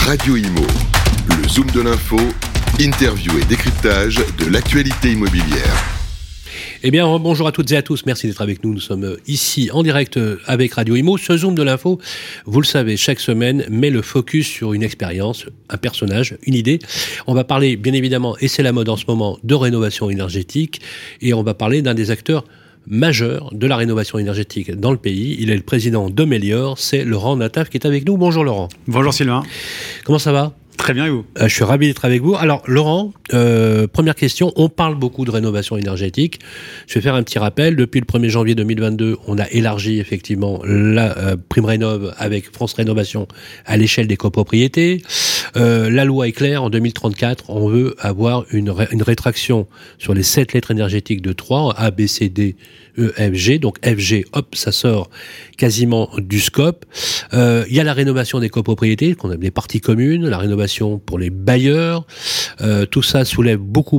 Radio Imo, le zoom de l'info, interview et décryptage de l'actualité immobilière. Eh bien, bonjour à toutes et à tous, merci d'être avec nous. Nous sommes ici en direct avec Radio Imo. Ce zoom de l'info, vous le savez, chaque semaine met le focus sur une expérience, un personnage, une idée. On va parler, bien évidemment, et c'est la mode en ce moment, de rénovation énergétique. Et on va parler d'un des acteurs majeur de la rénovation énergétique dans le pays. Il est le président de Melior, c'est Laurent Nataf qui est avec nous. Bonjour Laurent. Bonjour Sylvain. Comment ça va ? Très bien et vous ? Je suis ravi d'être avec vous. Alors Laurent, première question, on parle beaucoup de rénovation énergétique. Je vais faire un petit rappel. Depuis le 1er janvier 2022, on a élargi effectivement la prime rénov' avec France Rénovation à l'échelle des copropriétés. La loi est claire, en 2034, on veut avoir une rétraction sur les 7 lettres énergétiques de 3, A, B, C, D, E, F, G. Donc FG, hop, ça sort quasiment du scope. Il y a la rénovation des copropriétés, qu'on appelle les parties communes, la rénovation pour les bailleurs. Tout ça soulève beaucoup,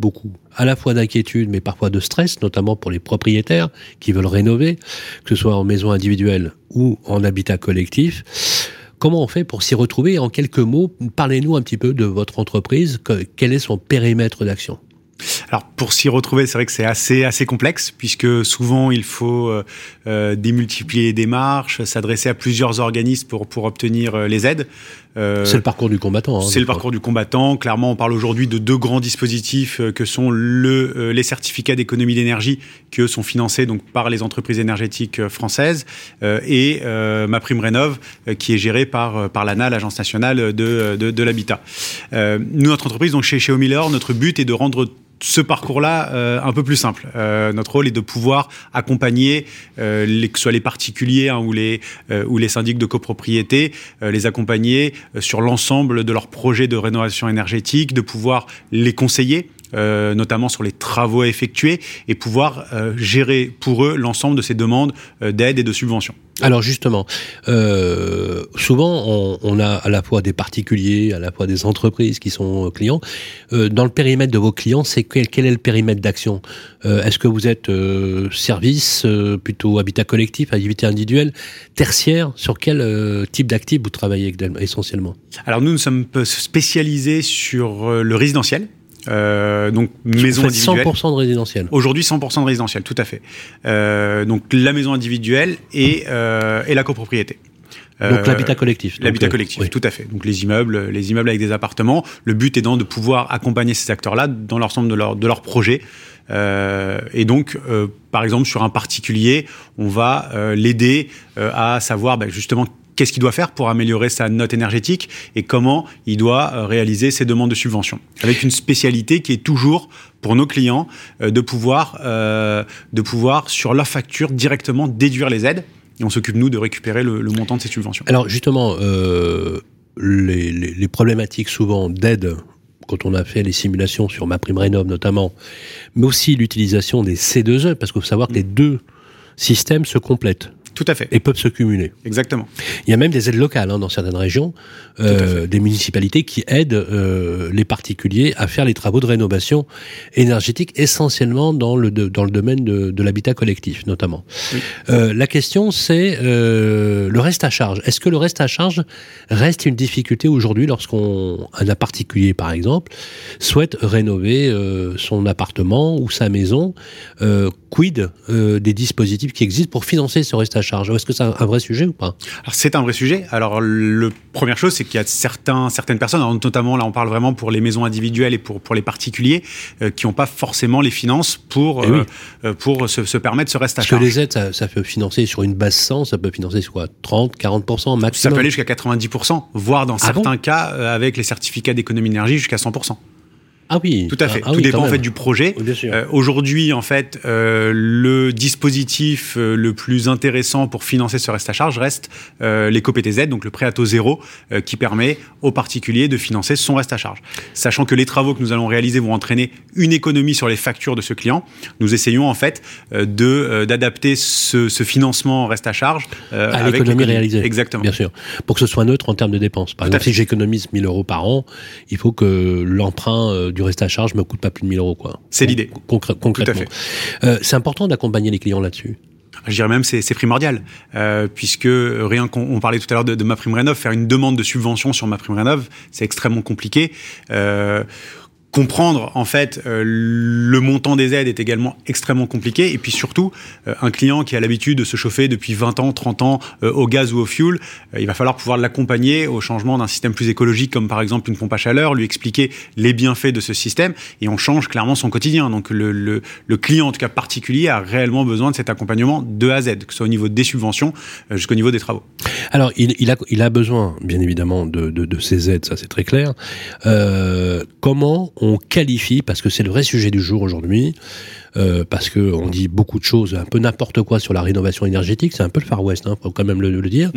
à la fois d'inquiétude, mais parfois de stress, notamment pour les propriétaires qui veulent rénover, que ce soit en maison individuelle ou en habitat collectif. Comment on fait pour s'y retrouver ? En quelques mots, parlez-nous un petit peu de votre entreprise. Quel est son périmètre d'action ? Alors pour s'y retrouver, c'est vrai que c'est assez complexe puisque souvent il faut démultiplier les démarches, s'adresser à plusieurs organismes pour obtenir les aides. C'est le parcours du combattant. C'est le parcours du combattant. Clairement, on parle aujourd'hui de 2 grands dispositifs que sont les certificats d'économie d'énergie qui eux sont financés donc par les entreprises énergétiques françaises et MaPrimeRénov qui est gérée par l'ANA, l'Agence nationale de l'habitat. Nous, notre entreprise, donc chez Melior, notre but est de rendre ce parcours-là un peu plus simple. Notre rôle est de pouvoir accompagner que ce soit les particuliers ou les syndics de copropriété, les accompagner sur l'ensemble de leurs projets de rénovation énergétique, de pouvoir les conseiller, notamment sur les travaux à effectuer, et pouvoir gérer pour eux l'ensemble de ces demandes d'aide et de subventions. Alors justement, souvent on a à la fois des particuliers, à la fois des entreprises qui sont clients. Dans le périmètre de vos clients, quel est le périmètre d'action ? Est-ce que vous êtes service, plutôt habitat collectif, habitat individuel, tertiaire ? Sur quel type d'actifs vous travaillez essentiellement ? Alors nous sommes spécialisés sur le résidentiel. Donc maison individuelle. 100% de résidentiel. Aujourd'hui 100% de résidentiel, tout à fait. Donc la maison individuelle et la copropriété. Donc l'habitat collectif. L'habitat collectif, oui. Tout à fait. Donc les immeubles avec des appartements. Le but étant de pouvoir accompagner ces acteurs-là dans l'ensemble de leurs projets. Et donc, par exemple, sur un particulier, on va l'aider à savoir justement qu'est-ce qu'il doit faire pour améliorer sa note énergétique et comment il doit réaliser ses demandes de subvention. Avec une spécialité qui est toujours, pour nos clients, de pouvoir sur leur facture, directement déduire les aides. Et on s'occupe, nous, de récupérer le montant de ces subventions. Alors, justement, les problématiques souvent d'aide, quand on a fait les simulations sur MaPrimeRénov' notamment, mais aussi l'utilisation des C2E, parce qu'il faut savoir que les 2 systèmes se complètent. Tout à fait. Et peuvent se cumuler. Exactement. Il y a même des aides locales dans certaines régions, des municipalités qui aident les particuliers à faire les travaux de rénovation énergétique, essentiellement dans le domaine de l'habitat collectif, notamment. Oui. La question, c'est le reste à charge. Est-ce que le reste à charge reste une difficulté aujourd'hui un particulier, par exemple, souhaite rénover son appartement ou sa maison, quid des dispositifs qui existent pour financer ce reste à charge ? Est-ce que c'est un vrai sujet ou pas ? Alors c'est un vrai sujet. Alors la première chose, c'est qu'il y a certaines personnes, alors, notamment là on parle vraiment pour les maisons individuelles et pour les particuliers, qui n'ont pas forcément les finances pour se permettre ce reste à charge. Parce que les aides, ça peut financer sur une base 100, ça peut financer sur quoi ? 30, 40% maximum ? Ça peut aller jusqu'à 90%, voire dans certains cas, avec les certificats d'économie d'énergie, jusqu'à 100%. Ah oui. Tout à fait. Tout dépend en fait du projet. Oui, bien sûr. Aujourd'hui, en fait, le dispositif le plus intéressant pour financer ce reste à charge reste l'éco-PTZ, donc le prêt à taux zéro, qui permet aux particuliers de financer son reste à charge. Sachant que les travaux que nous allons réaliser vont entraîner une économie sur les factures de ce client, nous essayons en fait d'adapter ce financement reste à charge à l'économie réalisée. Exactement. Bien sûr. Pour que ce soit neutre en termes de dépenses. Par exemple, si j'économise 1 000 euros par an, il faut que l'emprunt du reste à charge me coûte pas plus de 1 000 euros, quoi. C'est l'idée. Concrètement. Tout à fait. C'est important d'accompagner les clients là-dessus. Je dirais même c'est primordial, puisque rien qu'on parlait tout à l'heure de MaPrimeRénov', faire une demande de subvention sur MaPrimeRénov', c'est extrêmement compliqué. Comprendre en fait le montant des aides est également extrêmement compliqué, et puis surtout un client qui a l'habitude de se chauffer depuis 20 ans, 30 ans au gaz ou au fuel, il va falloir pouvoir l'accompagner au changement d'un système plus écologique comme par exemple une pompe à chaleur, lui expliquer les bienfaits de ce système, et on change clairement son quotidien. Donc le client en tout cas particulier a réellement besoin de cet accompagnement de A à Z, que ce soit au niveau des subventions jusqu'au niveau des travaux. Alors il a besoin bien évidemment de ces aides, ça c'est très clair. Comment on qualifie, parce que c'est le vrai sujet du jour aujourd'hui, parce que on dit beaucoup de choses, un peu n'importe quoi sur la rénovation énergétique, c'est un peu le Far West, faut quand même le dire.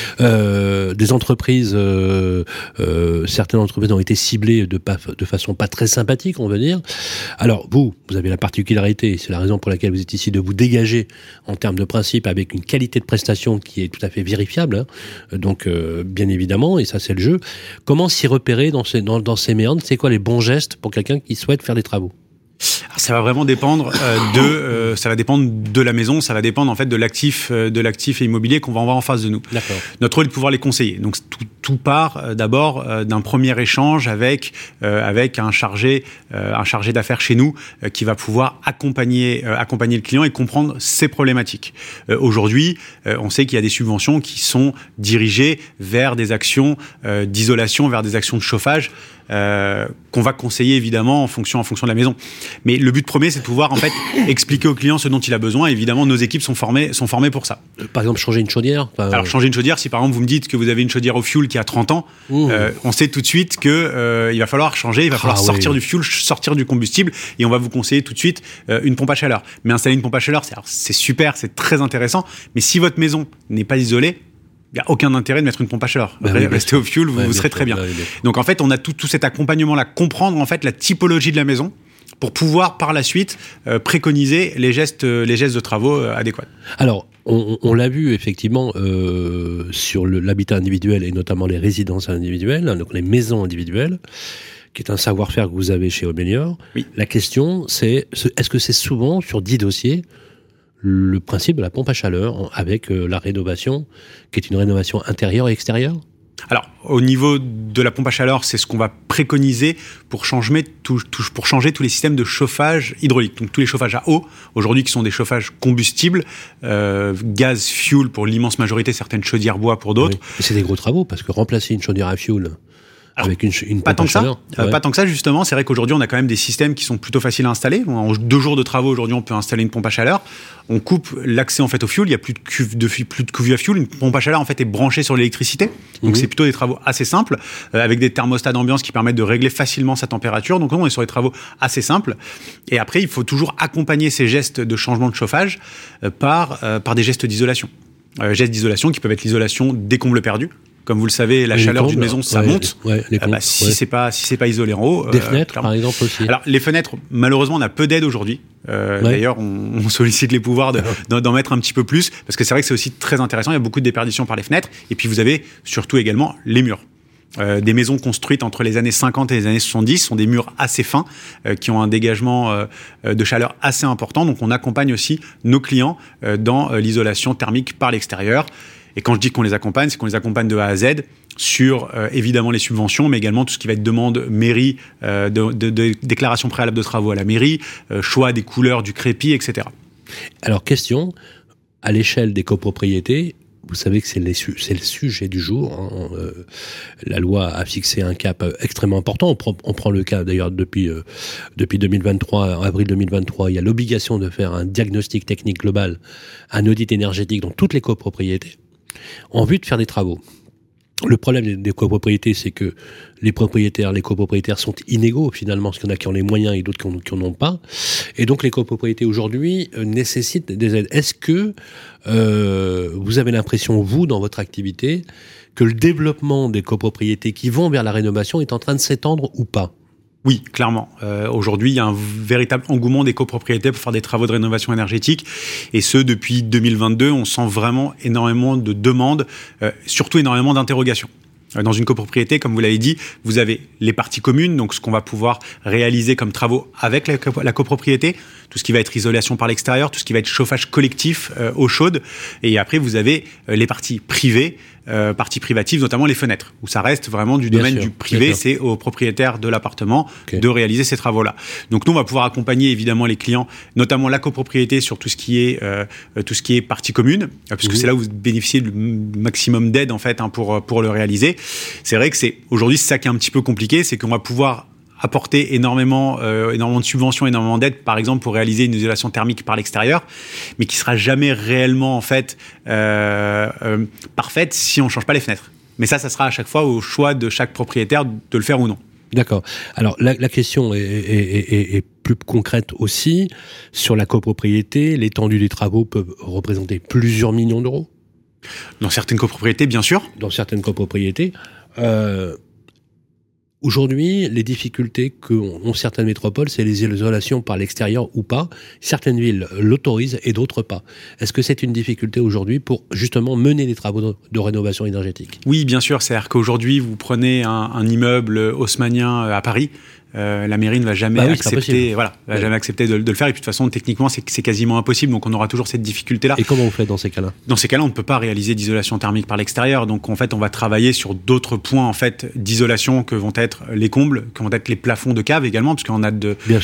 Des entreprises, certaines entreprises ont été ciblées de façon pas très sympathique, on va dire. Alors vous avez la particularité, c'est la raison pour laquelle vous êtes ici, de vous dégager en termes de principe avec une qualité de prestation qui est tout à fait vérifiable, donc bien évidemment, et ça c'est le jeu. Comment s'y repérer dans ces méandres? C'est quoi les bons gestes pour quelqu'un qui souhaite faire des travaux? Alors, ça va vraiment dépendre ça va dépendre de la maison, ça va dépendre en fait de l'actif immobilier qu'on va avoir en face de nous. D'accord. Notre rôle est de pouvoir les conseiller. Donc tout part d'abord d'un premier échange avec un chargé d'affaires chez nous qui va pouvoir accompagner le client et comprendre ses problématiques. Aujourd'hui, on sait qu'il y a des subventions qui sont dirigées vers des actions d'isolation, vers des actions de chauffage. Qu'on va conseiller évidemment en fonction de la maison. Mais le but premier, c'est de pouvoir en fait expliquer au client ce dont il a besoin. Et évidemment, nos équipes sont formées pour ça. Par exemple, changer une chaudière. Alors changer une chaudière, si par exemple vous me dites que vous avez une chaudière au fioul qui a 30 ans, on sait tout de suite que il va falloir changer, il va falloir sortir du fioul, sortir du combustible, et on va vous conseiller tout de suite une pompe à chaleur. Mais installer une pompe à chaleur, c'est super, c'est très intéressant. Mais si votre maison n'est pas isolée, il n'y a aucun intérêt de mettre une pompe à chaleur. Restez au fioul, vous serez très bien. Donc en fait, on a tout cet accompagnement-là, comprendre en fait la typologie de la maison pour pouvoir par la suite préconiser les gestes de travaux adéquats. Alors, on l'a vu effectivement sur l'habitat individuel et notamment les résidences individuelles, donc les maisons individuelles, qui est un savoir-faire que vous avez chez Omelior. Oui. La question, c'est est-ce que c'est souvent sur 10 dossiers le principe de la pompe à chaleur avec la rénovation, qui est une rénovation intérieure et extérieure? Alors, au niveau de la pompe à chaleur, c'est ce qu'on va préconiser pour changer tous les systèmes de chauffage hydraulique. Donc, tous les chauffages à eau, aujourd'hui, qui sont des chauffages combustibles, gaz, fuel pour l'immense majorité, certaines chaudières bois pour d'autres. Oui. Et c'est des gros travaux, parce que remplacer une chaudière à fuel avec une pas pompe à chaleur. Pas tant que ça, justement. C'est vrai qu'aujourd'hui, on a quand même des systèmes qui sont plutôt faciles à installer. En 2 jours de travaux, aujourd'hui, on peut installer une pompe à chaleur. On coupe l'accès en fait au fuel. Il n'y a plus de cuve à fuel. Une pompe à chaleur en fait est branchée sur l'électricité. Donc c'est plutôt des travaux assez simples avec des thermostats d'ambiance qui permettent de régler facilement sa température. Donc on est sur des travaux assez simples. Et après, il faut toujours accompagner ces gestes de changement de chauffage par des gestes d'isolation. Gestes d'isolation qui peuvent être l'isolation des combles perdus. Comme vous le savez, la chaleur d'une maison, ça monte. Si c'est pas isolé en haut. Des fenêtres, par exemple, aussi. Alors, les fenêtres, malheureusement, on a peu d'aide aujourd'hui. D'ailleurs, on sollicite les pouvoirs d'en mettre un petit peu plus, parce que c'est vrai que c'est aussi très intéressant. Il y a beaucoup de déperditions par les fenêtres. Et puis, vous avez surtout également les murs. Des maisons construites entre les années 50 et les années 70 sont des murs assez fins qui ont un dégagement de chaleur assez important. Donc, on accompagne aussi nos clients dans l'isolation thermique par l'extérieur. Et quand je dis qu'on les accompagne, c'est qu'on les accompagne de A à Z sur évidemment les subventions, mais également tout ce qui va être demande mairie, de déclaration préalable de travaux à la mairie, choix des couleurs du crépi, etc. Alors question, à l'échelle des copropriétés, vous savez que c'est le sujet du jour. La loi a fixé un cap extrêmement important. On prend le cas d'ailleurs depuis 2023, en avril 2023, il y a l'obligation de faire un diagnostic technique global, un audit énergétique dans toutes les copropriétés, en vue de faire des travaux. Le problème des copropriétés, c'est que les copropriétaires sont inégaux finalement, parce qu'il y en a qui ont les moyens et d'autres qui n'en ont pas. Et donc les copropriétés aujourd'hui nécessitent des aides. Est-ce que vous avez l'impression, vous, dans votre activité, que le développement des copropriétés qui vont vers la rénovation est en train de s'étendre ou pas ? Oui, clairement. Aujourd'hui, il y a un véritable engouement des copropriétés pour faire des travaux de rénovation énergétique. Et ce, depuis 2022, on sent vraiment énormément de demandes, surtout énormément d'interrogations. Dans une copropriété, comme vous l'avez dit, vous avez les parties communes, donc ce qu'on va pouvoir réaliser comme travaux avec la copropriété, tout ce qui va être isolation par l'extérieur, tout ce qui va être chauffage collectif, eau chaude. Et après, vous avez les parties privées, parties privatives, notamment les fenêtres, où ça reste vraiment du domaine du privé. C'est au propriétaire de l'appartement de réaliser ces travaux-là. Donc nous, on va pouvoir accompagner évidemment les clients, notamment la copropriété, sur tout ce qui est partie commune, puisque c'est là où vous bénéficiez du maximum d'aide en fait pour le réaliser. C'est vrai que aujourd'hui c'est ça qui est un petit peu compliqué, c'est qu'on va pouvoir apporter énormément de subventions, énormément d'aides, par exemple pour réaliser une isolation thermique par l'extérieur, mais qui sera jamais réellement en fait parfaite si on change pas les fenêtres. Mais ça sera à chaque fois au choix de chaque propriétaire de le faire ou non. D'accord. Alors la question est plus concrète aussi. Sur la copropriété, l'étendue des travaux peut représenter plusieurs millions d'euros. Dans certaines copropriétés, bien sûr. Dans certaines copropriétés. Aujourd'hui, les difficultés qu'ont certaines métropoles, c'est les isolations par l'extérieur ou pas. Certaines villes l'autorisent et d'autres pas. Est-ce que c'est une difficulté aujourd'hui pour justement mener les travaux de rénovation énergétique ? Oui, bien sûr. C'est-à-dire qu'aujourd'hui, vous prenez un immeuble haussmannien à Paris, la mairie ne va jamais accepter, jamais accepter de le faire. Et puis de toute façon, techniquement, c'est quasiment impossible. Donc on aura toujours cette difficulté-là. Et comment vous faites dans ces cas-là ? Dans ces cas-là, on ne peut pas réaliser d'isolation thermique par l'extérieur. Donc en fait, on va travailler sur d'autres points en fait d'isolation que vont être les combles, que vont être les plafonds de cave également, parce qu'on a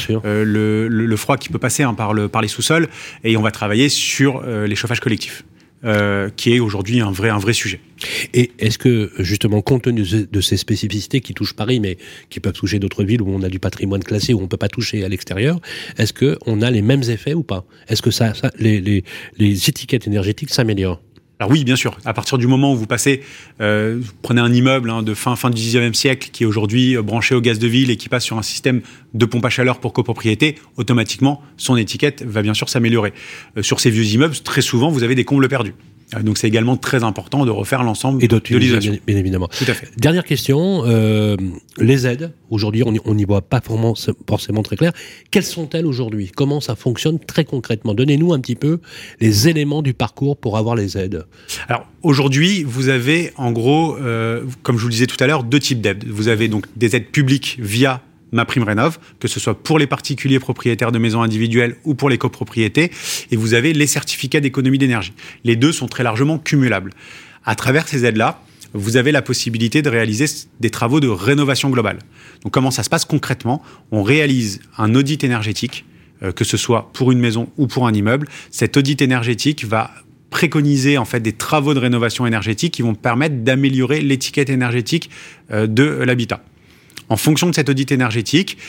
le froid qui peut passer par les sous-sols. Et on va travailler sur les chauffages collectifs. Qui est aujourd'hui un vrai sujet. Et est-ce que, justement, compte tenu de ces spécificités qui touchent Paris, mais qui peuvent toucher d'autres villes où on a du patrimoine classé, où on ne peut pas toucher à l'extérieur, est-ce qu'on a les mêmes effets ou pas ? Est-ce que les étiquettes énergétiques s'améliorent ? Alors oui, bien sûr. À partir du moment où vous passez, vous prenez un immeuble de fin du 19e siècle qui est aujourd'hui branché au gaz de ville et qui passe sur un système de pompe à chaleur pour copropriété, automatiquement, son étiquette va bien sûr s'améliorer. Sur ces vieux immeubles, très souvent, vous avez des combles perdus. Donc c'est également très important de refaire l'ensemble de l'isolation. Bien évidemment. Tout à fait. Dernière question, les aides, aujourd'hui on n'y voit pas forcément très clair. Quelles sont-elles aujourd'hui ? Comment ça fonctionne très concrètement ? Donnez-nous un petit peu les éléments du parcours pour avoir les aides. Alors aujourd'hui, vous avez en gros, comme je vous le disais tout à l'heure, deux types d'aides. Vous avez donc des aides publiques via MaPrimeRénov', que ce soit pour les particuliers propriétaires de maisons individuelles ou pour les copropriétés, et vous avez les certificats d'économie d'énergie. Les deux sont très largement cumulables. À travers ces aides-là, vous avez la possibilité de réaliser des travaux de rénovation globale. Donc comment ça se passe concrètement ? On réalise un audit énergétique, que ce soit pour une maison ou pour un immeuble. Cet audit énergétique va préconiser en fait des travaux de rénovation énergétique qui vont permettre d'améliorer l'étiquette énergétique de l'habitat. En fonction de cet audit énergétique,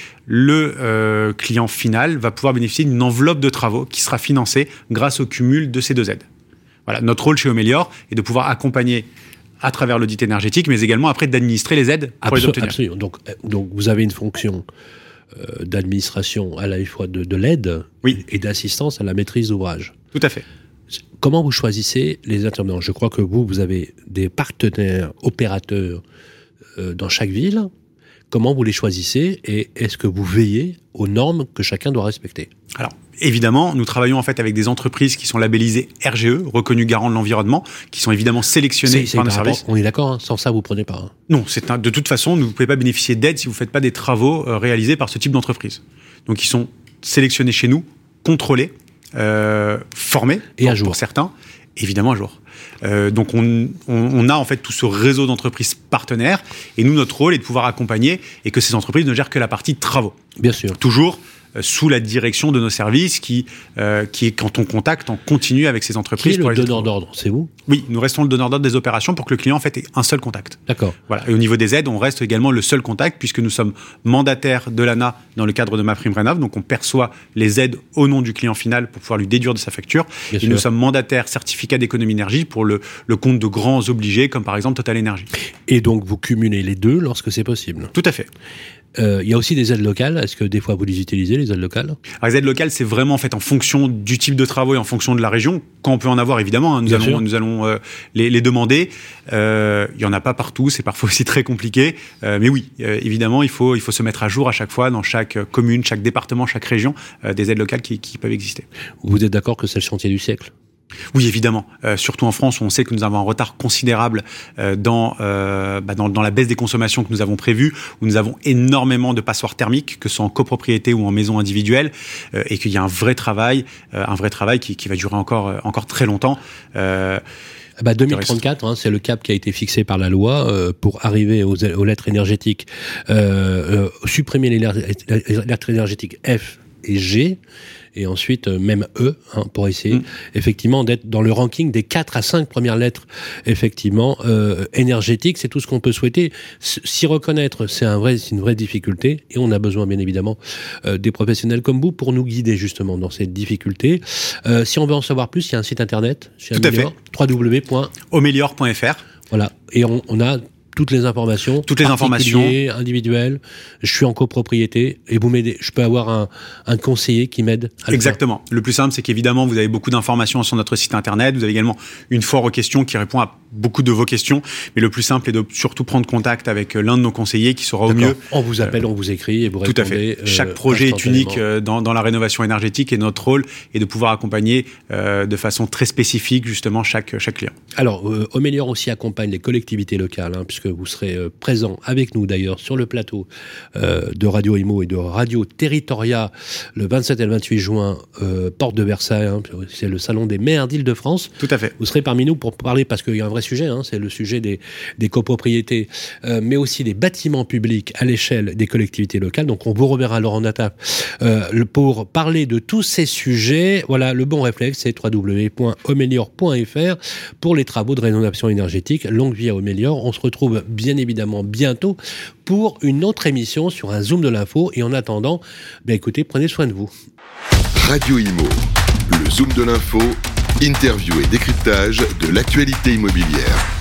le client final va pouvoir bénéficier d'une enveloppe de travaux qui sera financée grâce au cumul de ces deux aides. Voilà, notre rôle chez Omelior est de pouvoir accompagner à travers l'audit énergétique, mais également après d'administrer les aides pour les obtenir. Absolument. Donc vous avez une fonction d'administration à la fois de l'aide et d'assistance à la maîtrise d'ouvrage. Tout à fait. Comment vous choisissez les intervenants ? Je crois que vous avez des partenaires opérateurs dans chaque ville. Comment vous les choisissez et est-ce que vous veillez aux normes que chacun doit respecter ? Alors, évidemment, nous travaillons en fait avec des entreprises qui sont labellisées RGE, reconnues garants de l'environnement, qui sont évidemment sélectionnées par nos services. On est d'accord, sans ça, vous ne prenez pas. Non, de toute façon, vous ne pouvez pas bénéficier d'aide si vous ne faites pas des travaux réalisés par ce type d'entreprise. Donc, ils sont sélectionnés chez nous, contrôlés, formés, et à jour pour certains, évidemment à jour. Donc on a en fait tout ce réseau d'entreprises partenaires et nous notre rôle est de pouvoir accompagner et que ces entreprises ne gèrent que la partie travaux. Bien sûr. Toujours sous la direction de nos services qui est quand on contacte en continu avec ces entreprises. Qui est le donneur d'ordre ? C'est vous ? Oui, nous restons le donneur d'ordre des opérations pour que le client en fait ait un seul contact. D'accord. Voilà. Et au niveau des aides, on reste également le seul contact puisque nous sommes mandataires de l'ANA dans le cadre de MaPrimeRénov'. Donc on perçoit les aides au nom du client final pour pouvoir lui déduire de sa facture. Bien sûr. Nous sommes mandataires certificat d'économie d'énergie pour le compte de grands obligés comme par exemple Total Énergie. Et donc vous cumulez les deux lorsque c'est possible ? Tout à fait. Il y a aussi des aides locales. Est-ce que des fois vous les utilisez, les aides locales ? Alors, les aides locales, c'est vraiment en fait en fonction du type de travaux et en fonction de la région. Quand on peut en avoir, évidemment, nous allons les demander. Il y en a pas partout, c'est parfois aussi très compliqué. Mais oui, évidemment, il faut se mettre à jour à chaque fois dans chaque commune, chaque département, chaque région, des aides locales qui peuvent exister. Vous êtes d'accord que c'est le chantier du siècle ? Oui, évidemment. Surtout en France, où on sait que nous avons un retard considérable dans la baisse des consommations que nous avons prévues, où nous avons énormément de passoires thermiques, que ce soit en copropriété ou en maison individuelle, et qu'il y a un vrai travail qui va durer encore très longtemps. 2034, c'est le cap qui a été fixé par la loi pour arriver aux lettres énergétiques, supprimer les lettres énergétiques F et G, et ensuite même E, pour essayer effectivement d'être dans le ranking des 4 à 5 premières lettres effectivement énergétiques. C'est tout ce qu'on peut souhaiter. S'y reconnaître, c'est une vraie difficulté, et on a besoin bien évidemment des professionnels comme vous pour nous guider justement dans cette difficulté. Si on veut en savoir plus, il y a un site internet chez Omelior, www.omelior.fr. Voilà, et on a toutes les informations, individuelles. Je suis en copropriété et vous m'aidez. Je peux avoir un conseiller qui m'aide à Exactement. Le plus simple, c'est qu'évidemment, vous avez beaucoup d'informations sur notre site internet. Vous avez également une foire aux questions qui répond à beaucoup de vos questions. Mais le plus simple est de surtout prendre contact avec l'un de nos conseillers qui saura au mieux. On vous appelle, on vous écrit et vous répondez. Tout à fait. Chaque projet est unique dans la rénovation énergétique, et notre rôle est de pouvoir accompagner de façon très spécifique justement chaque client. Alors, Omelior aussi accompagne les collectivités locales, puisque vous serez présent avec nous d'ailleurs sur le plateau de Radio Imo et de Radio Territoria le 27 et le 28 juin, porte de Versailles. C'est le salon des maires d'Île-de-France. Tout à fait. Vous serez parmi nous pour parler, parce qu'il y a un vrai sujet, c'est le sujet des copropriétés, mais aussi des bâtiments publics à l'échelle des collectivités locales. Donc on vous reverra, Laurent Natap, pour parler de tous ces sujets. Voilà, le bon réflexe, c'est www.omelior.fr pour les travaux de rénovation énergétique. Longue vie à Omelior. On se retrouve bien évidemment bientôt pour une autre émission sur un Zoom de l'info. Et en attendant, écoutez, prenez soin de vous. Radio Imo, le Zoom de l'info, interview et décryptage de l'actualité immobilière.